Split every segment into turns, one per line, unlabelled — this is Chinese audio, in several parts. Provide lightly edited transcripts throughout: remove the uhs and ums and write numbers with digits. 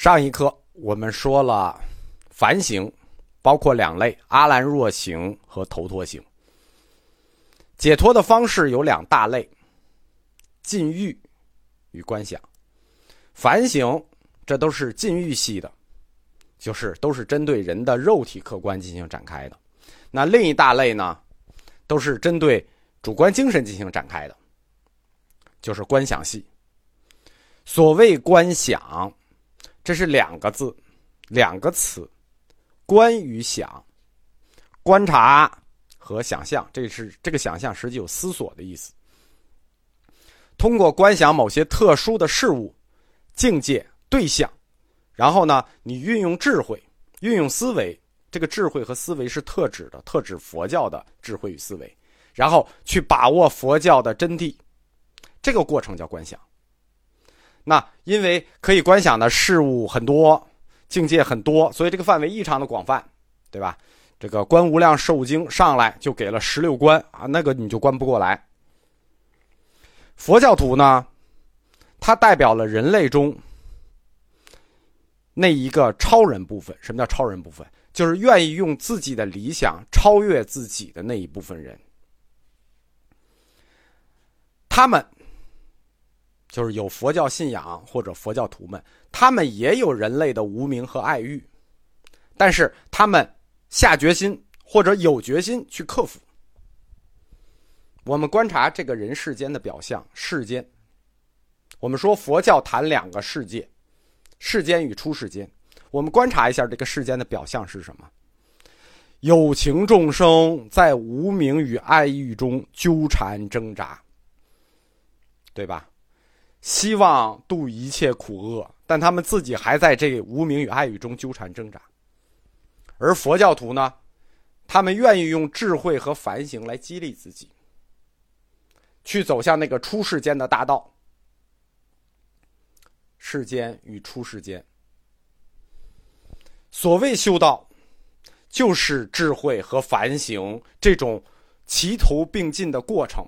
上一课我们说了凡行包括两类，阿兰若行和头陀行。解脱的方式有两大类，禁欲与观想。凡行这都是禁欲系的，就是都是针对人的肉体客观进行展开的。那另一大类呢，都是针对主观精神进行展开的，就是观想系。所谓观想，这是两个字，两个词，观与想，观察和想象，这个想象实际有思索的意思。通过观想某些特殊的事物、境界、对象，然后呢，你运用智慧，运用思维，这个智慧和思维是特指的，特指佛教的智慧与思维，然后去把握佛教的真谛，这个过程叫观想。那因为可以观想的事物很多，境界很多，所以这个范围异常的广泛，对吧？这个观无量寿经上来就给了16观啊，那个你就观不过来。佛教徒呢，它代表了人类中那一个超人部分。什么叫超人部分？就是愿意用自己的理想超越自己的那一部分人。他们就是有佛教信仰或者佛教徒们，他们也有人类的无明和爱欲，但是他们下决心或者有决心去克服。我们观察这个人世间的表象，世间，我们说佛教谈两个世界，世间与出世间。我们观察一下这个世间的表象是什么？有情众生在无明与爱欲中纠缠挣扎，对吧？希望度一切苦厄，但他们自己还在这个无明与爱欲中纠缠挣扎。而佛教徒呢，他们愿意用智慧和反省来激励自己，去走向那个出世间的大道。世间与出世间，所谓修道，就是智慧和反省这种齐头并进的过程。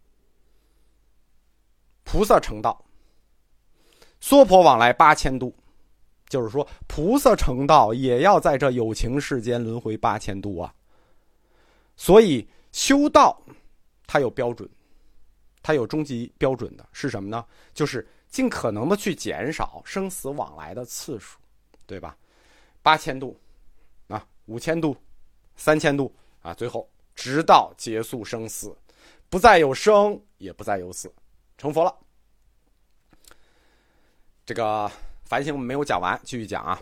菩萨成道，娑婆往来8000度，就是说菩萨成道也要在这有情世间轮回8000度啊。所以修道它有标准，它有终极标准的，是什么呢？就是尽可能的去减少生死往来的次数，对吧？8000度啊，5000度，3000度啊，最后直到结束生死，不再有生也不再有死，成佛了。这个反省我们没有讲完，继续讲啊。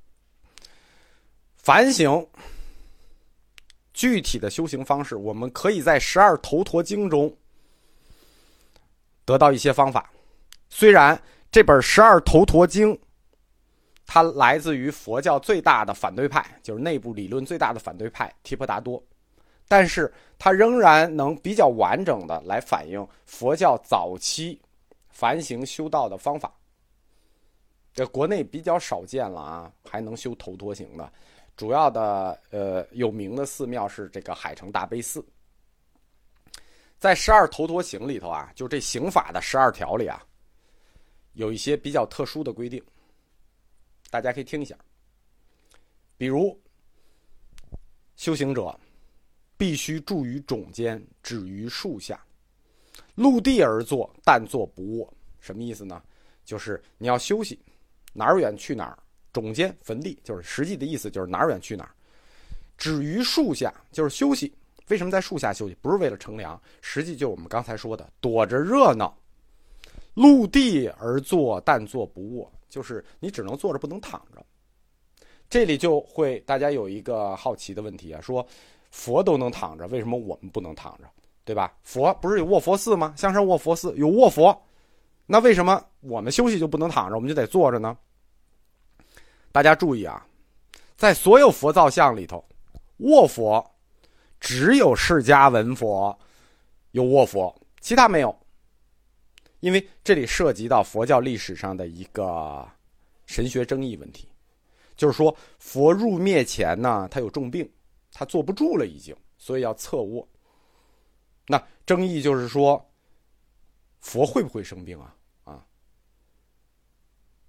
反省具体的修行方式，我们可以在12头陀经中得到一些方法。虽然这本12头陀经它来自于佛教最大的反对派，就是内部理论最大的反对派提婆达多，但是它仍然能比较完整的来反映佛教早期反省修道的方法。这国内比较少见了啊，还能修头陀行的。主要的有名的寺庙是这个海城大悲寺。在12头陀行里头啊，就这刑法的12条里啊，有一些比较特殊的规定，大家可以听一下。比如修行者必须住于种间，止于树下，陆地而坐，但坐不卧。什么意思呢？就是你要休息，哪儿远去哪儿。种间坟地，就是实际的意思就是哪儿远去哪儿。止于树下，就是休息。为什么在树下休息？不是为了乘凉，实际就是我们刚才说的躲着热闹。陆地而坐，但坐不卧，就是你只能坐着不能躺着。这里就会大家有一个好奇的问题啊，说佛都能躺着，为什么我们不能躺着？对吧？佛不是有卧佛寺吗？香山卧佛寺有卧佛，那为什么我们休息就不能躺着，我们就得坐着呢？大家注意啊，在所有佛造像里头，卧佛只有释迦文佛有卧佛，其他没有。因为这里涉及到佛教历史上的一个神学争议问题，就是说佛入灭前呢，他有重病，他坐不住了已经，所以要侧卧。那争议就是说佛会不会生病啊？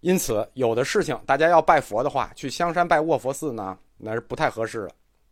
因此有的事情大家要拜佛的话，去香山拜卧佛寺呢，那是不太合适的。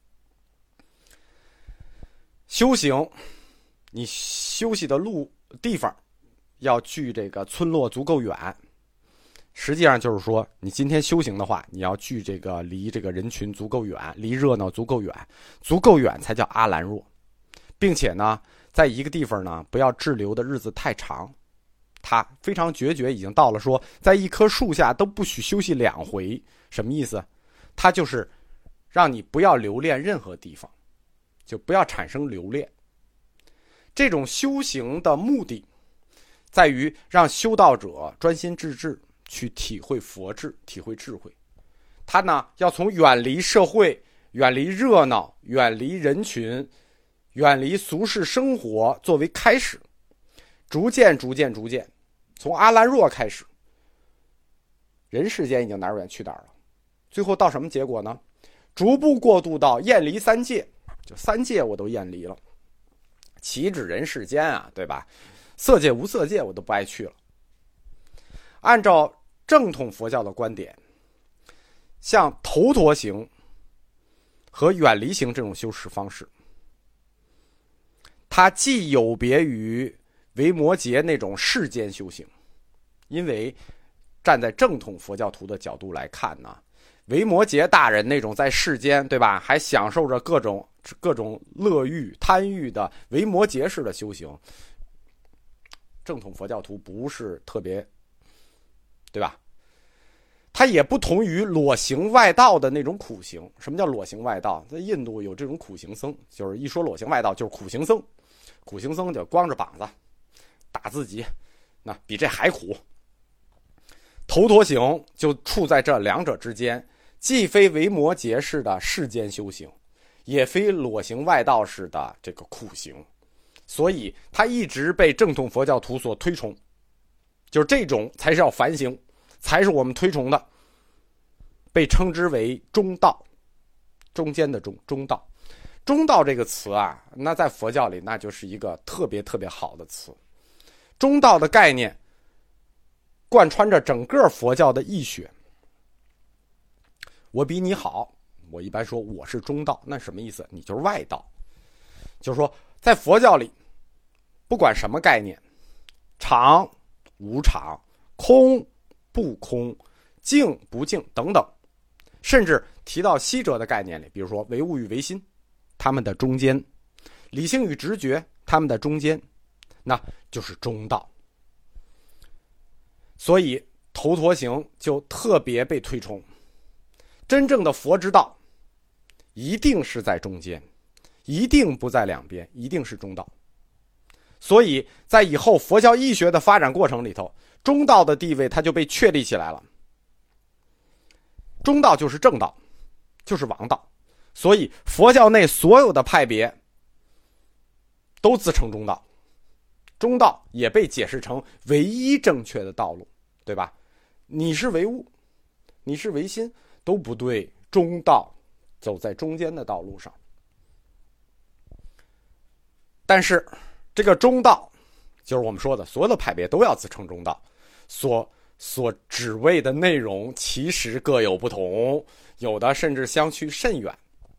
修行，你休息的地方要距这个村落足够远，实际上就是说，你今天修行的话，你要距离这个人群足够远，离热闹足够远，足够远才叫阿兰若，并且呢，在一个地方呢，不要滞留的日子太长。他非常决绝，已经到了说，在一棵树下都不许休息2回。什么意思？他就是让你不要留恋任何地方，就不要产生留恋。这种修行的目的，在于让修道者专心致志去体会佛智，体会智慧。他呢，要从远离社会、远离热闹、远离人群、远离俗世生活作为开始，逐渐，从阿兰若开始，人世间已经哪儿远去哪儿了。最后到什么结果呢？逐步过渡到厌离3界，就3界我都厌离了。岂止人世间啊，对吧？色界无色界我都不爱去了。按照正统佛教的观点，像头陀行和远离行这种修持方式，它既有别于维摩诘那种世间修行，因为站在正统佛教徒的角度来看呢，维摩诘大人那种在世间，对吧，还享受着各种乐欲贪欲的维摩诘式的修行，正统佛教徒不是特别，对吧？它也不同于裸行外道的那种苦行。什么叫裸行外道？在印度有这种苦行僧，就是一说裸行外道就是苦行僧。苦行僧就光着膀子打自己，那比这还苦。头陀行就处在这2者之间，既非维摩诘式的世间修行，也非裸行外道式的这个苦行，所以他一直被正统佛教徒所推崇，就是这种才是要梵行，才是我们推崇的，被称之为中道，中间的中道。中道这个词啊，那在佛教里那就是一个特别好的词。中道的概念贯穿着整个佛教的义学。我比你好，我一般说我是中道，那什么意思？你就是外道。就是说在佛教里，不管什么概念，常无常、空不空、静不静等等，甚至提到西哲的概念里，比如说唯物与唯心，他们的中间，理性与直觉，他们的中间，那就是中道。所以头陀行就特别被推崇。真正的佛之道一定是在中间，一定不在两边，一定是中道。所以在以后佛教义学的发展过程里头，中道的地位它就被确立起来了。中道就是正道，就是王道。所以佛教内所有的派别都自称中道，中道也被解释成唯一正确的道路，对吧？你是唯物，你是唯心，都不对，中道走在中间的道路上。但是这个中道就是我们说的所有的派别都要自称中道，所指为的内容其实各有不同，有的甚至相去甚远。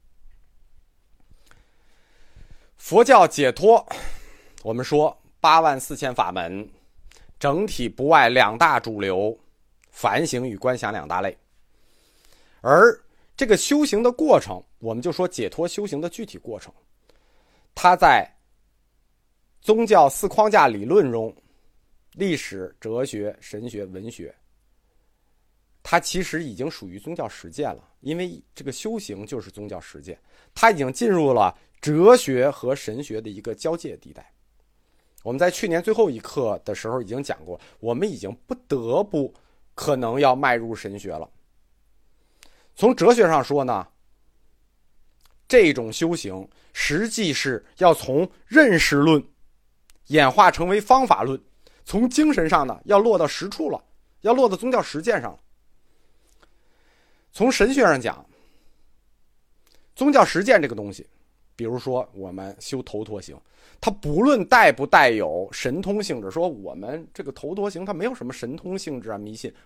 佛教解脱，我们说84000法门，整体不外2大主流，梵行与观想2大类。而这个修行的过程，我们就说解脱修行的具体过程，它在宗教4框架理论中，历史、哲学、神学、文学，它其实已经属于宗教实践了，因为这个修行就是宗教实践，它已经进入了哲学和神学的一个交界地带。我们在去年最后一课的时候已经讲过，我们已经不得不可能要迈入神学了。从哲学上说呢，这种修行实际是要从认识论演化成为方法论，从精神上呢要落到实处了，要落到宗教实践上了。从神学上讲，宗教实践这个东西，比如说我们修头陀行，它不论带不带有神通性质，说我们这个头陀行它没有什么神通性质啊，迷信，不，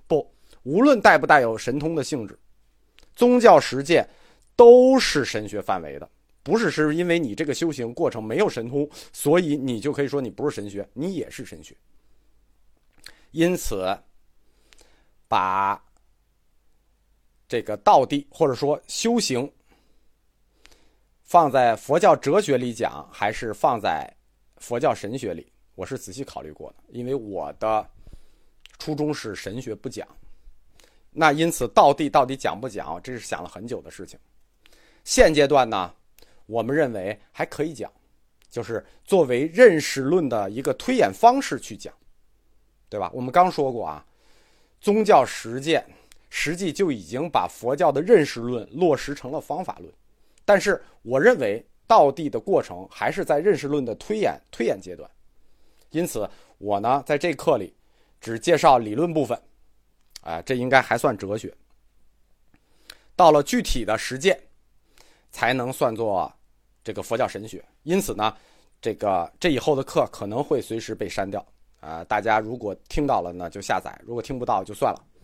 无论带不带有神通的性质，宗教实践都是神学范围的，不是因为你这个修行过程没有神通，所以你就可以说你不是神学，你也是神学。因此，把这个道地或者说修行放在佛教哲学里讲，还是放在佛教神学里，我是仔细考虑过的，因为我的初衷是神学不讲。那因此道地到底讲不讲，这是想了很久的事情。现阶段呢，我们认为还可以讲，就是作为认识论的一个推演方式去讲，对吧？我们刚说过啊，宗教实践实际就已经把佛教的认识论落实成了方法论，但是我认为道地的过程还是在认识论的推演阶段。因此我呢在这课里只介绍理论部分，这应该还算哲学。到了具体的实践才能算作这个佛教神学。因此呢，这以后的课可能会随时被删掉大家如果听到了呢就下载，如果听不到就算了。